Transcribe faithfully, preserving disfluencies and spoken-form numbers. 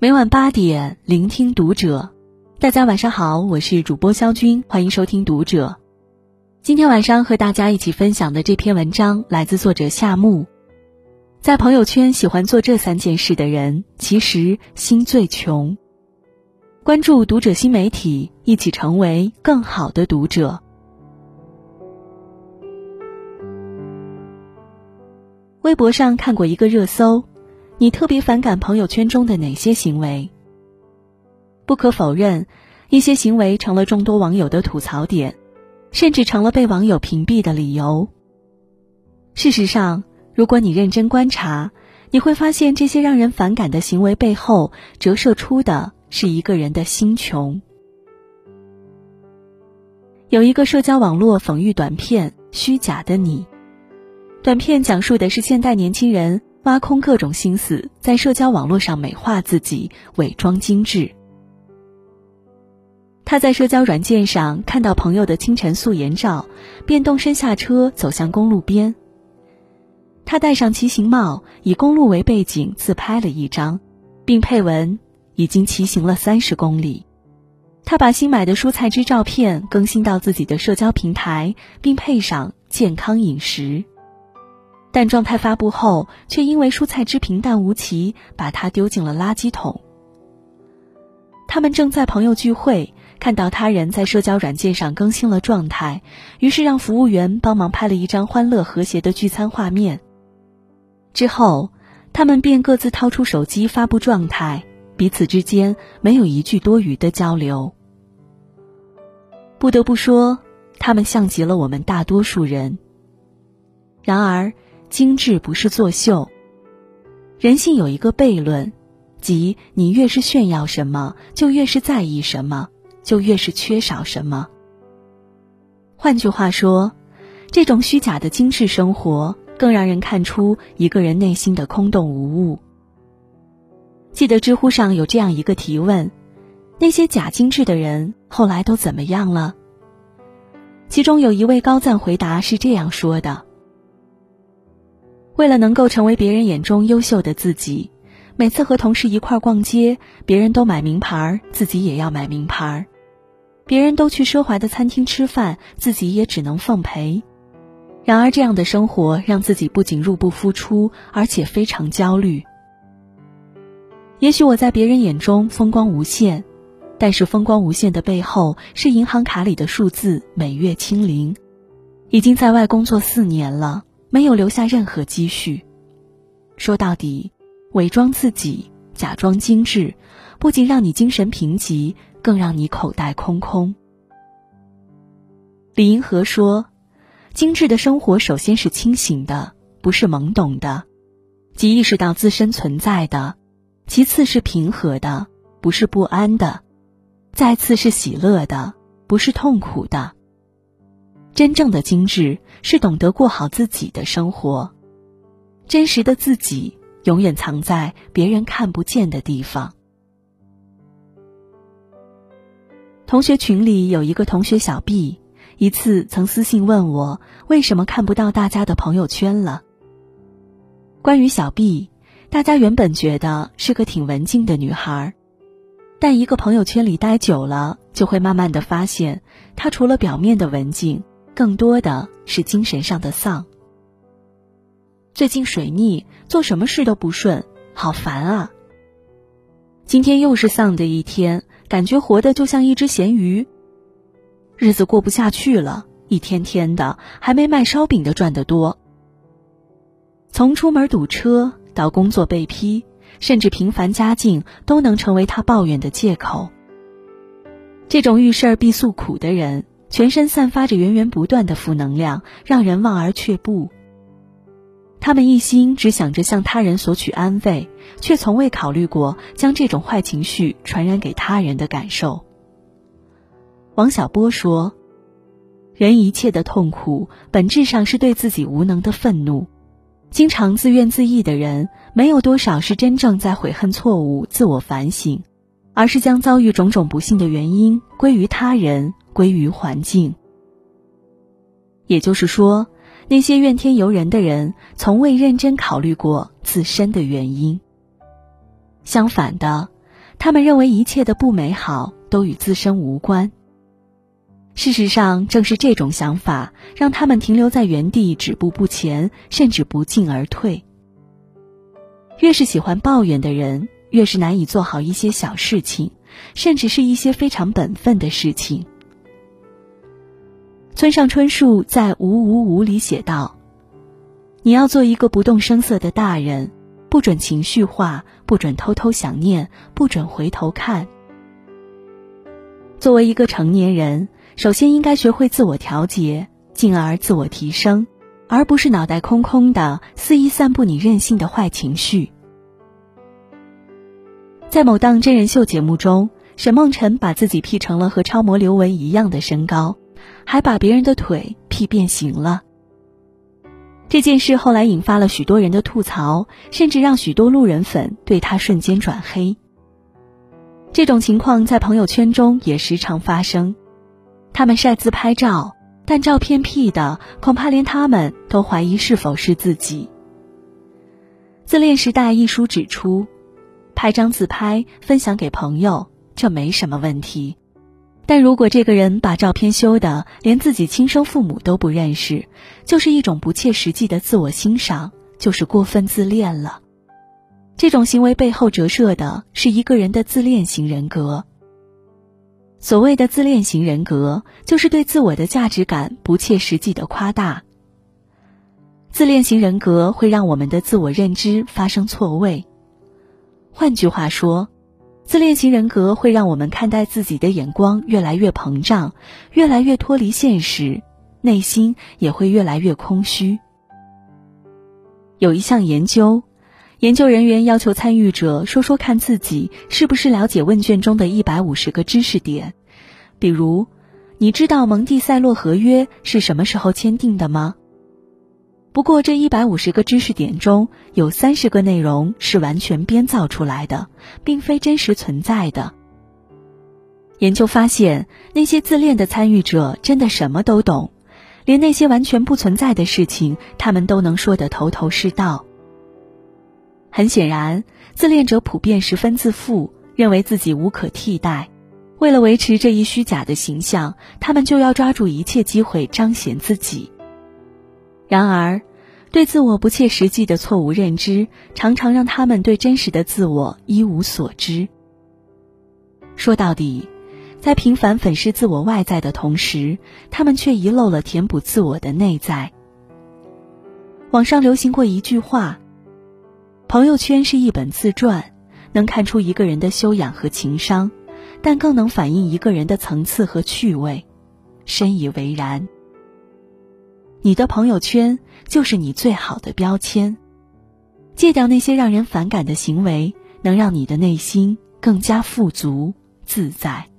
每晚八点，聆听读者。大家晚上好，我是主播肖军，欢迎收听读者。今天晚上和大家一起分享的这篇文章来自作者夏木。在朋友圈喜欢做这三件事的人，其实心最穷。关注读者新媒体，一起成为更好的读者。微博上看过一个热搜，你特别反感朋友圈中的哪些行为？不可否认，一些行为成了众多网友的吐槽点，甚至成了被网友屏蔽的理由。事实上，如果你认真观察，你会发现这些让人反感的行为背后折射出的是一个人的心穷。有一个社交网络讽喻短片《虚假的你》，短片讲述的是现代年轻人挖空各种心思，在社交网络上美化自己，伪装精致。他在社交软件上看到朋友的清晨素颜照，便动身下车走向公路边。他戴上骑行帽，以公路为背景自拍了一张，并配文已经骑行了三十公里。他把新买的蔬菜汁照片更新到自己的社交平台，并配上健康饮食。但状态发布后，却因为蔬菜汁平淡无奇，把它丢进了垃圾桶。他们正在朋友聚会，看到他人在社交软件上更新了状态，于是让服务员帮忙拍了一张欢乐和谐的聚餐画面。之后，他们便各自掏出手机发布状态，彼此之间没有一句多余的交流。不得不说，他们像极了我们大多数人。然而，精致不是作秀。人性有一个悖论，即你越是炫耀什么，就越是在意什么，就越是缺少什么。换句话说，这种虚假的精致生活更让人看出一个人内心的空洞无物。记得知乎上有这样一个提问，那些假精致的人后来都怎么样了？其中有一位高赞回答是这样说的：为了能够成为别人眼中优秀的自己，每次和同事一块逛街，别人都买名牌，自己也要买名牌；别人都去奢华的餐厅吃饭，自己也只能奉陪。然而这样的生活让自己不仅入不敷出，而且非常焦虑。也许我在别人眼中风光无限，但是风光无限的背后是银行卡里的数字每月清零。已经在外工作四年了，没有留下任何积蓄。说到底，伪装自己，假装精致，不仅让你精神贫瘠，更让你口袋空空。李银河说，精致的生活首先是清醒的，不是懵懂的，即意识到自身存在的；其次是平和的，不是不安的；再次是喜乐的，不是痛苦的。真正的精致是懂得过好自己的生活，真实的自己永远藏在别人看不见的地方。同学群里有一个同学小 B， 一次曾私信问我为什么看不到大家的朋友圈了。关于小 B， 大家原本觉得是个挺文静的女孩，但一个朋友圈里待久了，就会慢慢的发现，她除了表面的文静，更多的是精神上的丧。最近水逆，做什么事都不顺，好烦啊。今天又是丧的一天，感觉活得就像一只咸鱼。日子过不下去了，一天天的，还没卖烧饼的赚得多。从出门堵车到工作被批，甚至频繁家境都能成为他抱怨的借口。这种遇事儿必诉苦的人，全身散发着源源不断的负能量，让人望而却步。他们一心只想着向他人索取安慰，却从未考虑过将这种坏情绪传染给他人的感受。王小波说，人一切的痛苦本质上是对自己无能的愤怒。经常自怨自艾的人，没有多少是真正在悔恨错误、自我反省，而是将遭遇种种不幸的原因归于他人，归于环境。也就是说，那些怨天尤人的人，从未认真考虑过自身的原因。相反的， 他们认为一切的不美好都与自身无关。事实上，正是这种想法让他们停留在原地，止步不前，甚至不进而退。越是喜欢抱怨的人，越是难以做好一些小事情，甚至是一些非常本分的事情。村上春树在《无无无》里写道，你要做一个不动声色的大人，不准情绪化，不准偷偷想念，不准回头看。作为一个成年人，首先应该学会自我调节，进而自我提升，而不是脑袋空空的肆意散布你任性的坏情绪。在某档真人秀节目中，沈梦辰把自己 P 成了和超模刘雯一样的身高，还把别人的腿 P 变形了。这件事后来引发了许多人的吐槽，甚至让许多路人粉对他瞬间转黑。这种情况在朋友圈中也时常发生，他们晒自拍照，但照片 P 的恐怕连他们都怀疑是否是自己。自恋时代一书指出，拍张自拍分享给朋友，这没什么问题。但如果这个人把照片修的连自己亲生父母都不认识，就是一种不切实际的自我欣赏，就是过分自恋了。这种行为背后折射的是一个人的自恋型人格。所谓的自恋型人格，就是对自我的价值感不切实际的夸大。自恋型人格会让我们的自我认知发生错位。换句话说，自恋型人格会让我们看待自己的眼光越来越膨胀，越来越脱离现实，内心也会越来越空虚。有一项研究，研究人员要求参与者说说看自己是不是了解问卷中的一百五十个知识点，比如，你知道蒙蒂塞洛合约是什么时候签订的吗？不过这一百五十个知识点中，有三十个内容是完全编造出来的，并非真实存在的。研究发现，那些自恋的参与者真的什么都懂，连那些完全不存在的事情，他们都能说得头头是道。很显然，自恋者普遍十分自负，认为自己无可替代。为了维持这一虚假的形象，他们就要抓住一切机会彰显自己。然而，对自我不切实际的错误认知，常常让他们对真实的自我一无所知。说到底，在频繁粉饰自我外在的同时，他们却遗漏了填补自我的内在。网上流行过一句话，朋友圈是一本自传，能看出一个人的修养和情商，但更能反映一个人的层次和趣味，深以为然。你的朋友圈就是你最好的标签，戒掉那些让人反感的行为，能让你的内心更加富足自在。